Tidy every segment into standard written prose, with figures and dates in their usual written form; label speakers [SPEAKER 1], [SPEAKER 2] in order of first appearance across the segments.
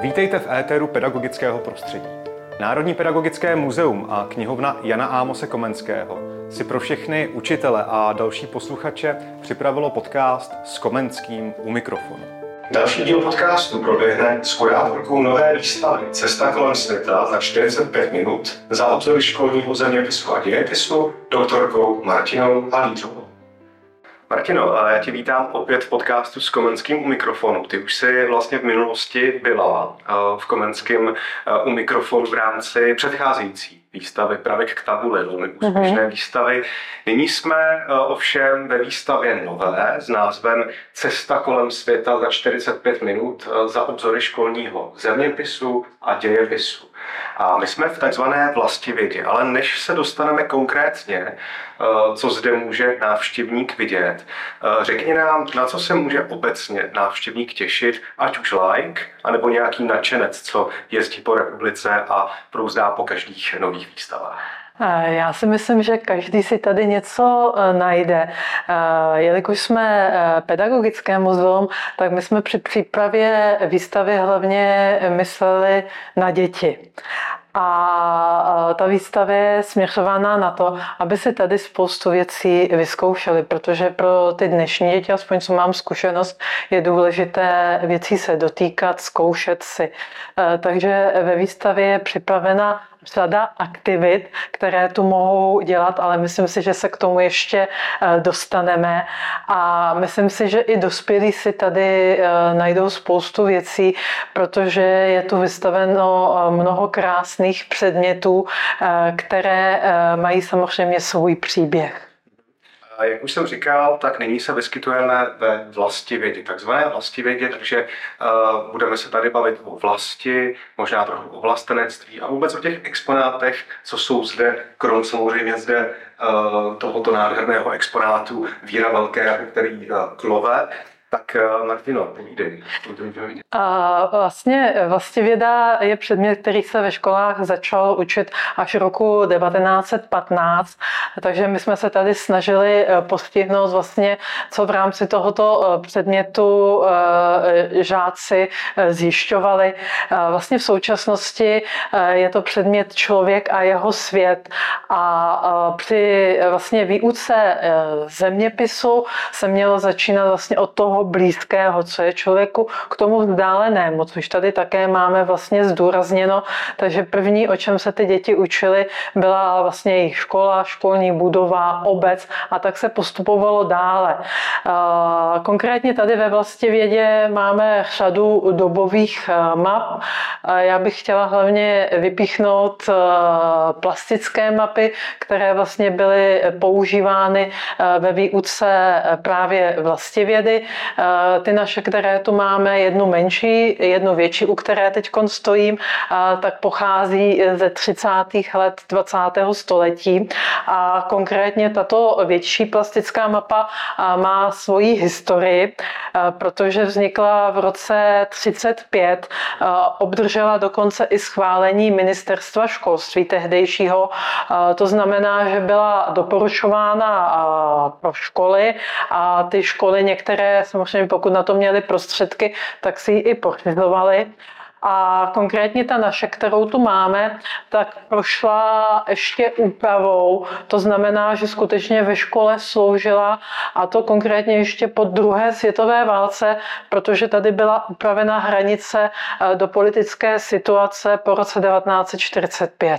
[SPEAKER 1] Vítejte v éteru pedagogického prostředí. Národní pedagogické muzeum a knihovna Jana Ámose Komenského si pro všechny učitele a další posluchače připravilo podcast s Komenským u mikrofonu. Další díl podcastu proběhne s kurátorkou nové výstavy Cesta kolem světa za 45 minut za obzory školního zeměpisu a dějepisu doktorkou Martinou Halířovou. Martino, já tě vítám opět v podcastu s Komenským u mikrofonu. Ty už jsi vlastně v minulosti byla v Komenském u mikrofonu v rámci předcházející výstavy Pravek k tabuli, velmi úspěšné výstavy. Nyní jsme ovšem ve výstavě nové s názvem Cesta kolem světa za 45 minut za obzory školního zeměpisu a dějepisu. A my jsme v takzvané vlastivědě, ale než se dostaneme konkrétně, co zde může návštěvník vidět, řekni nám, na co se může obecně návštěvník těšit, ať už laik, anebo nějaký nadšenec, co jezdí po republice a brouzdá po každých nových výstavách.
[SPEAKER 2] Já si myslím, že každý si tady něco najde. Jelikož jsme pedagogické muzeum, tak my jsme při přípravě výstavy hlavně mysleli na děti. A ta výstava je směřovaná na to, aby si tady spoustu věcí vyzkoušeli, protože pro ty dnešní děti, aspoň co mám zkušenost, je důležité věcí se dotýkat, zkoušet si. Takže ve výstavě je připravena řada aktivit, které tu mohou dělat, ale myslím si, že se k tomu ještě dostaneme. A myslím si, že i dospělí si tady najdou spoustu věcí, protože je tu vystaveno mnoho krásných předmětů, které mají samozřejmě svůj příběh.
[SPEAKER 1] Jak už jsem říkal, tak nyní se vyskytujeme ve vlastivědě, takzvané vlastivědě, takže budeme se tady bavit o vlasti, možná trochu o vlastenectví a vůbec o těch exponátech, co jsou zde, krom samozřejmě zde tohoto nádherného exponátu Víra Velkého, který klove. Tak Martino, povídej.
[SPEAKER 2] Vlastně vlastivěda je předmět, který se ve školách začal učit až roku 1915, takže my jsme se tady snažili postihnout vlastně, co v rámci tohoto předmětu žáci zjišťovali. Vlastně v současnosti je to předmět člověk a jeho svět a při vlastně výuce zeměpisu se mělo začínat vlastně od toho blízkého, co je člověku k tomu vzdálenému, což tady také máme vlastně zdůrazněno. Takže první, o čem se ty děti učily, byla vlastně jejich škola, školní budova, obec a tak se postupovalo dále. Konkrétně tady ve vlastivědě máme řadu dobových map. Já bych chtěla hlavně vypíchnout plastické mapy, které vlastně byly používány ve výuce právě vlastivědy. Ty naše, které tu máme, jednu menší, jednu větší, u které teď stojím, tak pochází ze 30. let 20. století. A konkrétně tato větší plastická mapa má svoji historii, protože vznikla v roce 1935, obdržela dokonce i schválení ministerstva školství tehdejšího. To znamená, že byla doporučována pro školy a ty školy některé, samozřejmě pokud na to měly prostředky, tak si ji i pořizovaly. A konkrétně ta naše, kterou tu máme, tak prošla ještě úpravou. To znamená, že skutečně ve škole sloužila, a to konkrétně ještě po druhé světové válce, protože tady byla upravena hranice do politické situace po roce 1945.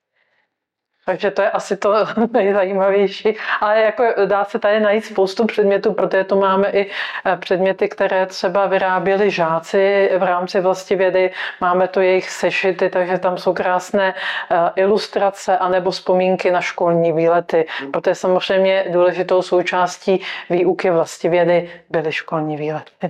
[SPEAKER 2] Takže to je asi to nejzajímavější. Ale jako dá se tady najít spoustu předmětů, protože tu máme i předměty, které třeba vyráběli žáci v rámci vlastivědy. Máme tu jejich sešity, takže tam jsou krásné ilustrace anebo vzpomínky na školní výlety. Protože samozřejmě důležitou součástí výuky vlastivědy byly školní výlety.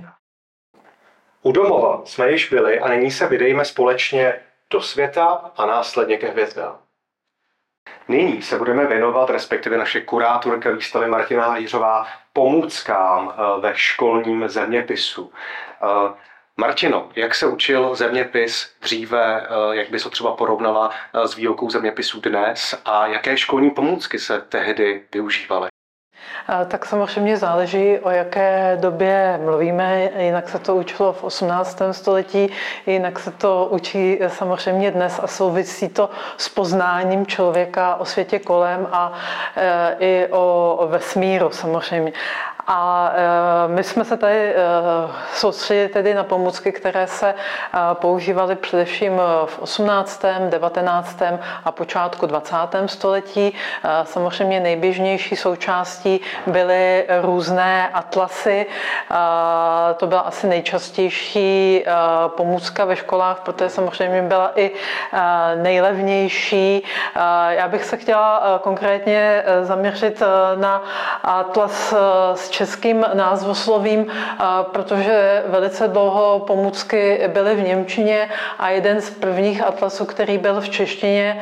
[SPEAKER 1] U domova jsme již byli a nyní se vydejme společně do světa a následně ke hvězdám. Nyní se budeme věnovat, respektive naše kurátorka výstavy Martina Halířová, pomůckám ve školním zeměpisu. Martino, jak se učil zeměpis dříve, jak bys ho třeba porovnala s výukou zeměpisu dnes a jaké školní pomůcky se tehdy využívaly?
[SPEAKER 2] Tak samozřejmě záleží, o jaké době mluvíme. Jinak se to učilo v 18. století, jinak se to učí samozřejmě dnes a souvisí to s poznáním člověka o světě kolem a i o vesmíru samozřejmě. A my jsme se tady soustředili tedy na pomůcky, které se používaly především v 18., 19. a počátku 20. století. Samozřejmě nejběžnější součástí byly různé atlasy. To byla asi nejčastější pomůcka ve školách, protože samozřejmě byla i nejlevnější. Já bych se chtěla konkrétně zaměřit na atlas s českým názvoslovím, protože velice dlouho pomůcky byly v němčině a jeden z prvních atlasů, který byl v češtině,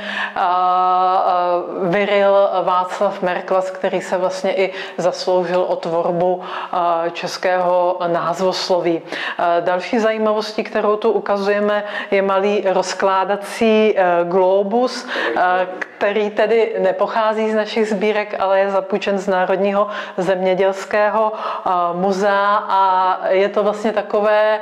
[SPEAKER 2] vyryl Václav Merklas, který se vlastně i zasloužil o tvorbu českého názvosloví. Další zajímavostí, kterou tu ukazujeme, je malý rozkládací globus, který tedy nepochází z našich sbírek, ale je zapůjčen z Národního zemědělského muzea a je to vlastně takové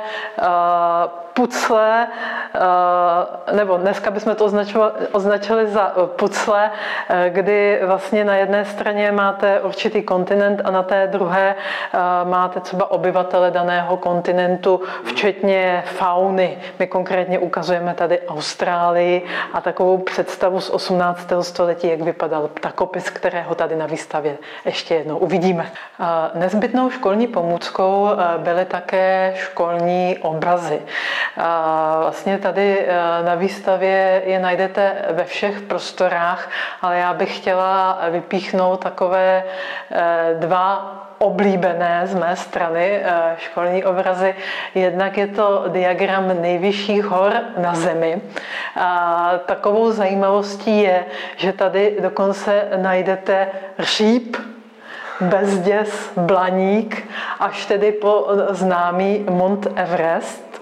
[SPEAKER 2] pucle, nebo dneska bychom to označili za pucle, kdy vlastně na jedné straně máte určitý kontinent a na té druhé máte třeba obyvatele daného kontinentu, včetně fauny. My konkrétně ukazujeme tady Austrálii a takovou představu z 18. století, jak vypadal ptakopis, kterého tady na výstavě ještě jednou uvidíme. Nezbytnou školní pomůckou byly také školní obrazy. Vlastně tady na výstavě je najdete ve všech prostorách, ale já bych chtěla vypíchnout takové dva oblíbené z mé strany školní obrazy. Jednak je to diagram nejvyšších hor na Zemi. Takovou zajímavostí je, že tady dokonce najdete Říp, Bezděs, Blaník, až tedy po známý Mont Everest.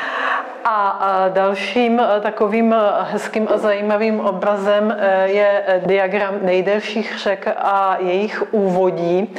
[SPEAKER 2] A dalším takovým hezkým a zajímavým obrazem je diagram nejdelších řek a jejich úvodí.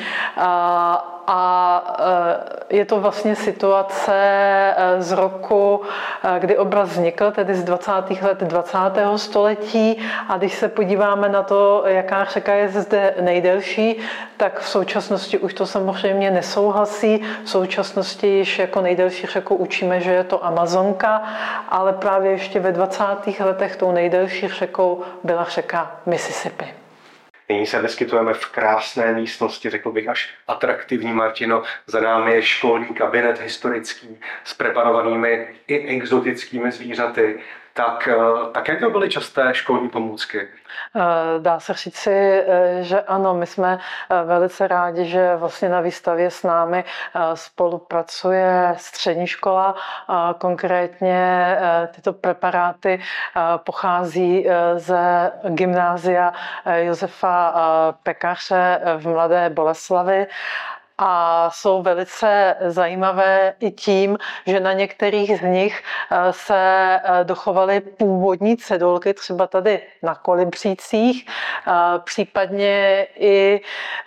[SPEAKER 2] A je to vlastně situace z roku, kdy obraz vznikl, tedy z 20. let 20. století. A když se podíváme na to, jaká řeka je zde nejdelší, tak v současnosti už to samozřejmě nesouhlasí. V současnosti již jako nejdelší řeku učíme, že je to Amazonka, ale právě ještě ve 20. letech tou nejdelší řekou byla řeka Mississippi.
[SPEAKER 3] Nyní se vyskytujeme v krásné místnosti, řekl bych až atraktivní, Martino. Za námi je školní kabinet historický s preparovanými i exotickými zvířaty. Tak jaké byly časté školní pomůcky?
[SPEAKER 2] Dá se říci, že ano, my jsme velice rádi, že vlastně na výstavě s námi spolupracuje střední škola. Konkrétně tyto preparáty pochází ze gymnázia Josefa Pekaře v Mladé Boleslavi. A jsou velice zajímavé i tím, že na některých z nich se dochovaly původní cedulky, třeba tady na kolibřících, případně i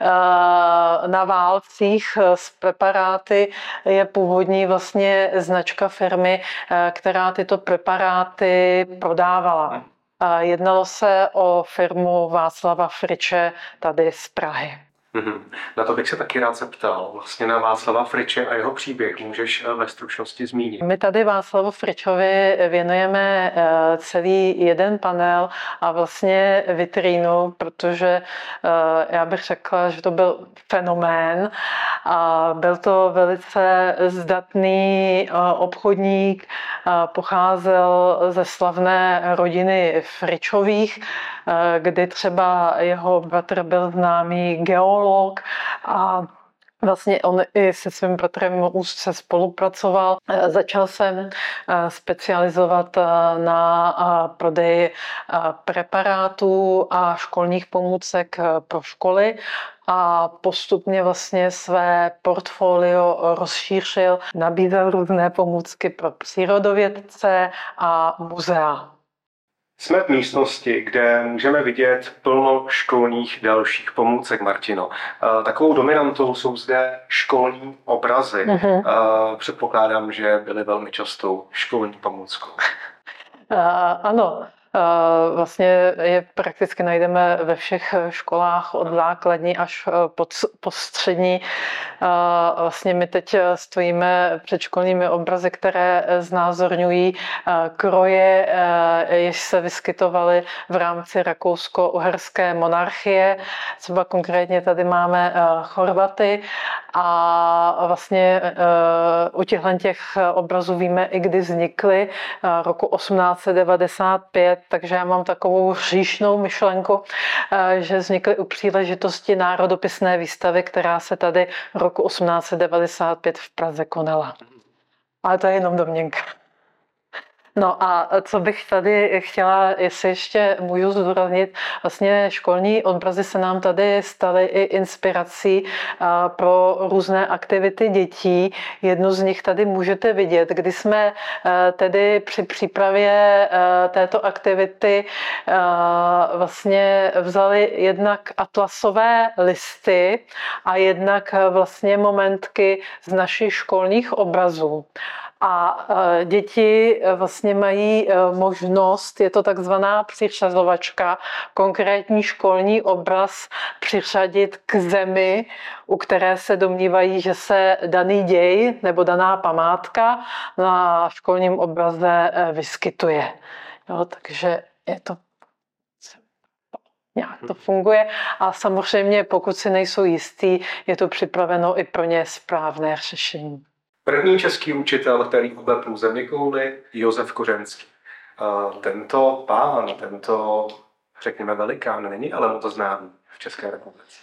[SPEAKER 2] na válcích s preparáty je původní vlastně značka firmy, která tyto preparáty prodávala. Jednalo se o firmu Václava Friče tady z Prahy.
[SPEAKER 3] Na to bych se taky rád zeptal. Vlastně na Václava Friče a jeho příběh můžeš ve stručnosti zmínit?
[SPEAKER 2] My tady Václavu Fričovi věnujeme celý jeden panel a vlastně vitrínu, protože já bych řekla, že to byl fenomén a byl to velice zdatný obchodník, pocházel ze slavné rodiny Fričových, kdy třeba jeho bratr byl známý geolog a vlastně on i se svým bratrem úzce spolupracoval. Začal se specializovat na prodeji preparátů a školních pomůcek pro školy a postupně vlastně své portfolio rozšířil, nabízel různé pomůcky pro přírodovědce a muzea.
[SPEAKER 3] Jsme v místnosti, kde můžeme vidět plno školních dalších pomůcek, Martino. Takovou dominantou jsou zde školní obrazy. Předpokládám, že byly velmi častou školní pomůckou.
[SPEAKER 2] Ano. Vlastně je prakticky najdeme ve všech školách od základní až po střední. Vlastně my teď stojíme před školními obrazy, které znázorňují kroje, jež se vyskytovaly v rámci rakousko-uherské monarchie. Třeba konkrétně tady máme Chorvaty a vlastně u těch obrazů víme i kdy vznikly, roku 1895, takže já mám takovou hříšnou myšlenku, že vznikly u příležitosti národopisné výstavy, která se tady roku 1895 v Praze konala. Ale to je jenom domněnka. No a co bych tady chtěla, jestli ještě můžu zdůraznit, vlastně školní obrazy se nám tady staly i inspirací pro různé aktivity dětí. Jednu z nich tady můžete vidět, kdy jsme tedy při přípravě této aktivity vlastně vzali jednak atlasové listy a jednak vlastně momentky z našich školních obrazů. A děti vlastně mají možnost, je to takzvaná přiřazovačka, konkrétní školní obraz přiřadit k zemi, u které se domnívají, že se daný děj nebo daná památka na školním obraze vyskytuje. Jo, takže je to nějak to funguje a samozřejmě pokud si nejsou jistí, je to připraveno i pro ně správné řešení.
[SPEAKER 3] První český učitel, který oblepl zeměkouli, Josef Kořenský. Tento pán, řekněme, velikán, není ale moc známý v České republice.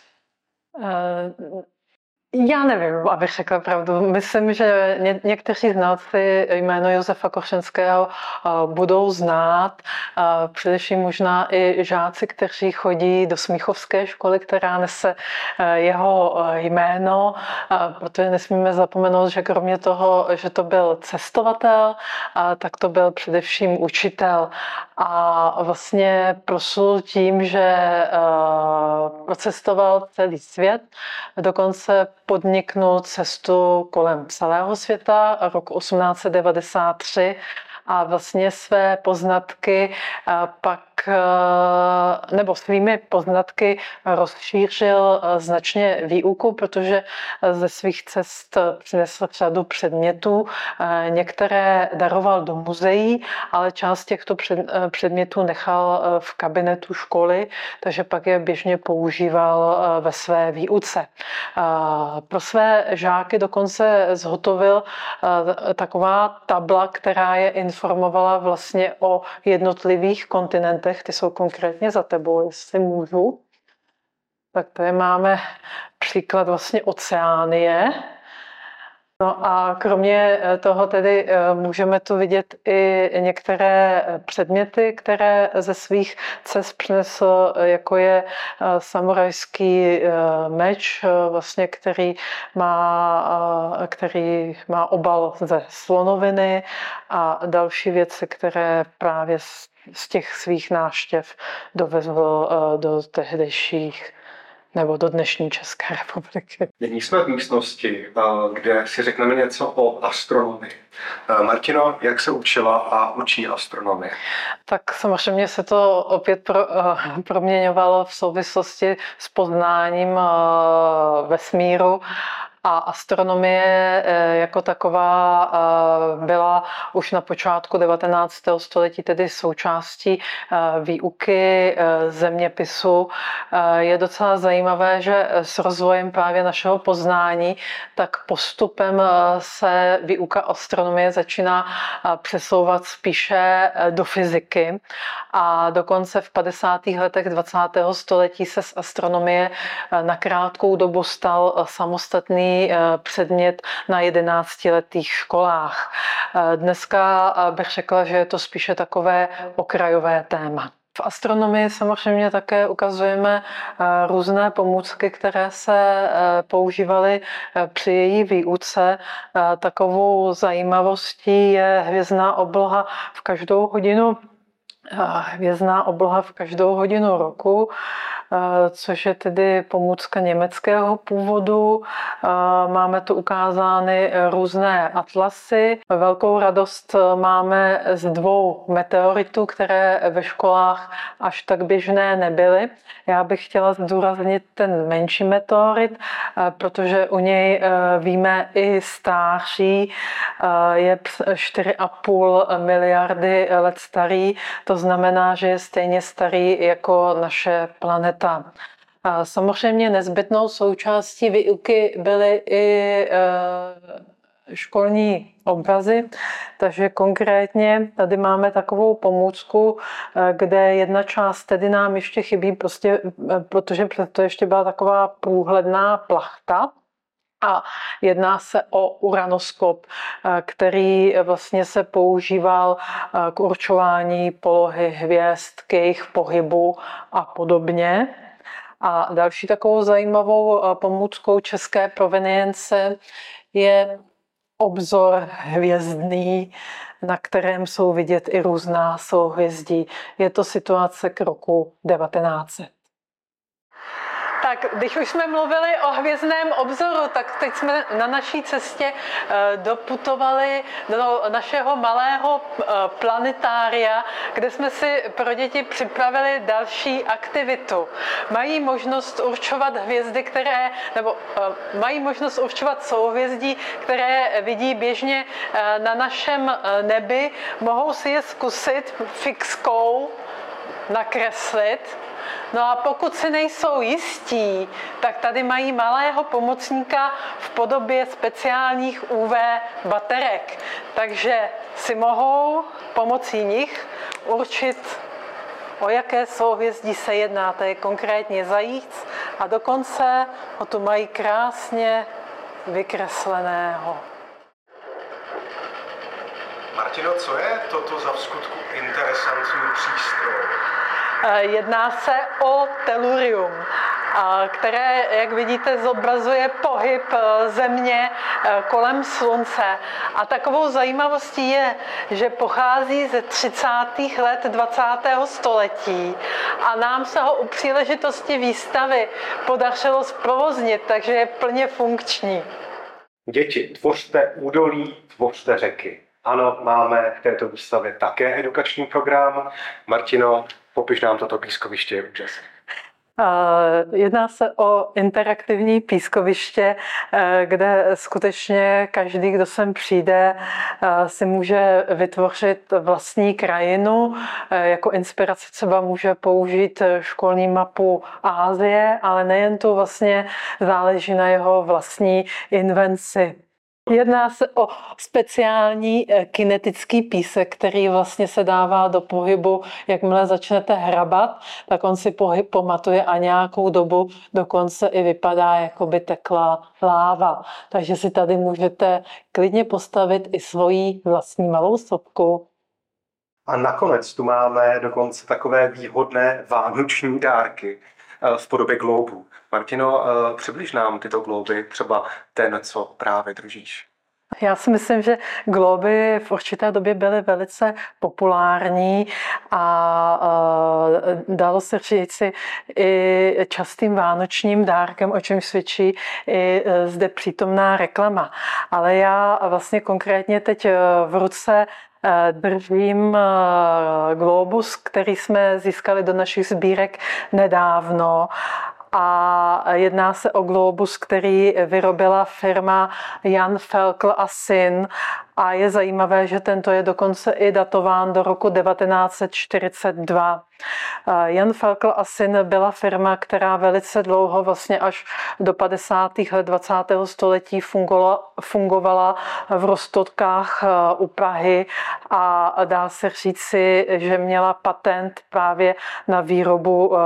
[SPEAKER 2] Já nevím, abych řekla pravdu. Myslím, že někteří znalci jméno Josefa Kořenského budou znát. Především možná i žáci, kteří chodí do Smíchovské školy, která nese jeho jméno. Protože nesmíme zapomenout, že kromě toho, že to byl cestovatel, tak to byl především učitel. A vlastně proslul tím, že procestoval celý svět, dokonce podniknul cestu kolem celého světa roku 1893 a vlastně své poznatky pak, nebo svými poznatky rozšířil značně výuku, protože ze svých cest přinesl řadu předmětů. Některé daroval do muzeí, ale část těchto předmětů nechal v kabinetu školy, takže pak je běžně používal ve své výuce. Pro své žáky dokonce zhotovil taková tabla, která je informovala vlastně o jednotlivých kontinentech. Ty jsou konkrétně za tebou, jestli můžu. Tak tady máme příklad vlastně Oceánie. No a kromě toho tedy můžeme tu vidět i některé předměty, které ze svých cest přinesl, jako je samurajský meč, vlastně, který má obal ze slonoviny a další věci, které právě z těch svých návštěv dovezl do tehdejších nebo do dnešní České republiky.
[SPEAKER 3] Nyní jsme v místnosti, kde si řekneme něco o astronomii. Martino, jak se učila a učí astronomie?
[SPEAKER 2] Tak samozřejmě se to opět proměňovalo v souvislosti s poznáním vesmíru. A astronomie jako taková byla už na počátku 19. století tedy součástí výuky zeměpisu. Je docela zajímavé, že s rozvojem právě našeho poznání, tak postupem se výuka astronomie začíná přesouvat spíše do fyziky. A dokonce v 50. letech 20. století se z astronomie na krátkou dobu stal samostatný předmět na 11letých školách. Dneska bych řekla, že je to spíše takové okrajové téma. V astronomii samozřejmě také ukazujeme různé pomůcky, které se používaly při její výuce. Takovou zajímavostí je hvězdná obloha v každou hodinu hvězdná obloha v každou hodinu roku, což je tedy pomůcka německého původu. Máme tu ukázány různé atlasy. Velkou radost máme z 2 meteoritů, které ve školách až tak běžné nebyly. Já bych chtěla zdůraznit ten menší meteorit, protože u něj víme i stáří. Je 4,5 miliardy let starý. To znamená, že je stejně starý jako naše planeta. Samozřejmě nezbytnou součástí výuky byly i školní obrazy, takže konkrétně tady máme takovou pomůcku, kde jedna část tedy nám ještě chybí, protože to ještě byla taková průhledná plachta. A jedná se o uranoskop, který vlastně se používal k určování polohy hvězd, k jejich pohybu a podobně. A další takovou zajímavou pomůckou české provenience je obzor hvězdný, na kterém jsou vidět i různá souhvězdí. Je to situace k roku 1900. Tak když už jsme mluvili o hvězdném obzoru, tak teď jsme na naší cestě doputovali do našeho malého planetária, kde jsme si pro děti připravili další aktivitu. Mají možnost určovat hvězdy, mají možnost určovat souhvězdí, které vidí běžně na našem nebi. Mohou si je zkusit fixkou nakreslit. No a pokud si nejsou jistí, tak tady mají malého pomocníka v podobě speciálních UV baterek. Takže si mohou pomocí nich určit, o jaké souhvězdí se jedná. To je konkrétně zajíc a dokonce ho tu mají krásně vykresleného.
[SPEAKER 3] Martino, co je toto za vskutku interesantní přístroj?
[SPEAKER 2] Jedná se o telurium, které, jak vidíte, zobrazuje pohyb Země kolem Slunce. A takovou zajímavostí je, že pochází ze 30. let 20. století a nám se ho u příležitosti výstavy podařilo zprovoznit, takže je plně funkční.
[SPEAKER 3] Děti, tvořte údolí, tvořte řeky. Ano, máme v této výstavě také edukační program. Martino, popiš nám toto pískoviště, je úžasné.
[SPEAKER 2] Jedná se o interaktivní pískoviště, kde skutečně každý, kdo sem přijde, si může vytvořit vlastní krajinu. Jako inspiraci třeba může použít školní mapu Asie, ale nejen tu, vlastně záleží na jeho vlastní invenci. Jedná se o speciální kinetický písek, který vlastně se dává do pohybu, jakmile začnete hrabat, tak on si pohyb pamatuje a nějakou dobu dokonce i vypadá, jako by tekla láva. Takže si tady můžete klidně postavit i svoji vlastní malou sopku.
[SPEAKER 3] A nakonec tu máme dokonce takové výhodné vánoční dárky v podobě glóbů. Martino, přibliž nám tyto glóby, třeba ten, co právě držíš.
[SPEAKER 2] Já si myslím, že glóby v určité době byly velice populární a dalo se říci i častým vánočním dárkem, o čem svědčí i zde přítomná reklama. Ale já vlastně konkrétně teď v ruce držím glóbus, který jsme získali do našich sbírek nedávno. A jedná se o glóbus, který vyrobila firma Jan Felkl a syn. A je zajímavé, že tento je dokonce i datován do roku 1942. Jan Felkl a syn byla firma, která velice dlouho, vlastně až do 50. let 20. století fungovala v Roztockách u Prahy a dá se říci, že měla patent právě na výrobu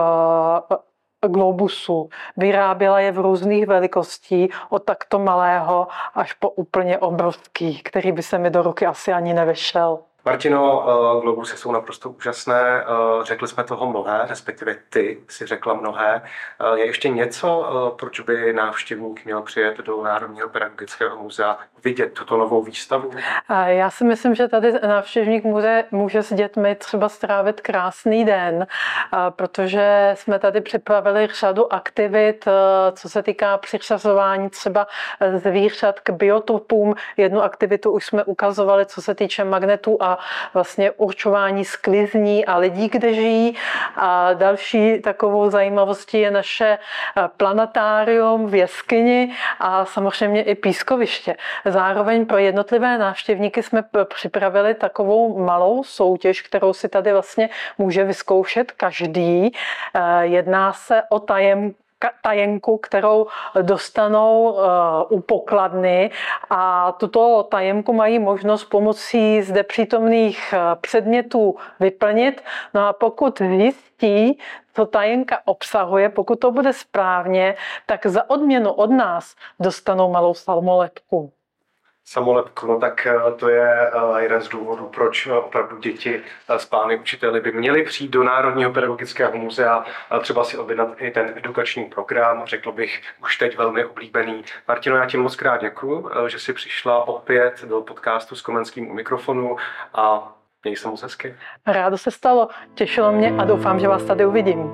[SPEAKER 2] globusu. Vyráběla je v různých velikostí, od takto malého až po úplně obrovský, který by se mi do ruky asi ani nevešel.
[SPEAKER 3] Martino, Globusy jsou naprosto úžasné, řekli jsme toho mnohé, respektive ty si řekla mnohé. Je ještě něco, proč by návštěvník měl přijet do Národního pedagogického muzea vidět tuto novou výstavu?
[SPEAKER 2] Já si myslím, že tady návštěvník může s dětmi třeba strávit krásný den, protože jsme tady připravili řadu aktivit, co se týká přiřazování třeba zvířat k biotopům. Jednu aktivitu už jsme ukazovali, co se týče magnetů a vlastně určování sklizní a lidí, kde žijí. A další takovou zajímavostí je naše planetárium v jeskyni a samozřejmě i pískoviště. Zároveň pro jednotlivé návštěvníky jsme připravili takovou malou soutěž, kterou si tady vlastně může vyzkoušet každý. Jedná se o tajenku, kterou dostanou u pokladny a tuto tajenku mají možnost pomocí zde přítomných předmětů vyplnit. No a pokud zjistí, co tajenka obsahuje, pokud to bude správně, tak za odměnu od nás dostanou malou samolepku.
[SPEAKER 3] Samolepku, no tak to je jeden z důvodů, proč opravdu děti s pány učiteli by měli přijít do Národního pedagogického muzea, třeba si objednat i ten edukační program, řekl bych už teď velmi oblíbený. Martino, já ti moc krát děkuju, že jsi přišla opět do podcastu s Komenským u mikrofonu a měj se moc hezky.
[SPEAKER 2] Rádo se stalo, těšilo mě a doufám, že vás tady uvidím.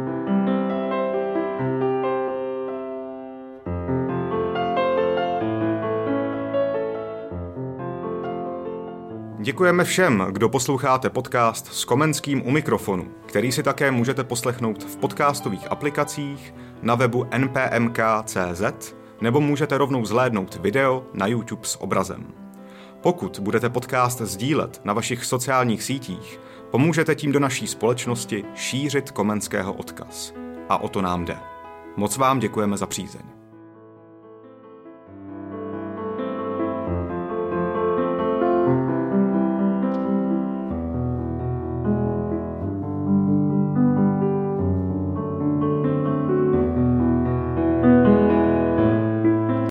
[SPEAKER 1] Děkujeme všem, kdo posloucháte podcast s Komenským u mikrofonu, který si také můžete poslechnout v podcastových aplikacích, na webu npmk.cz nebo můžete rovnou zhlédnout video na YouTube s obrazem. Pokud budete podcast sdílet na vašich sociálních sítích, pomůžete tím do naší společnosti šířit Komenského odkaz. A o to nám jde. Moc vám děkujeme za přízeň.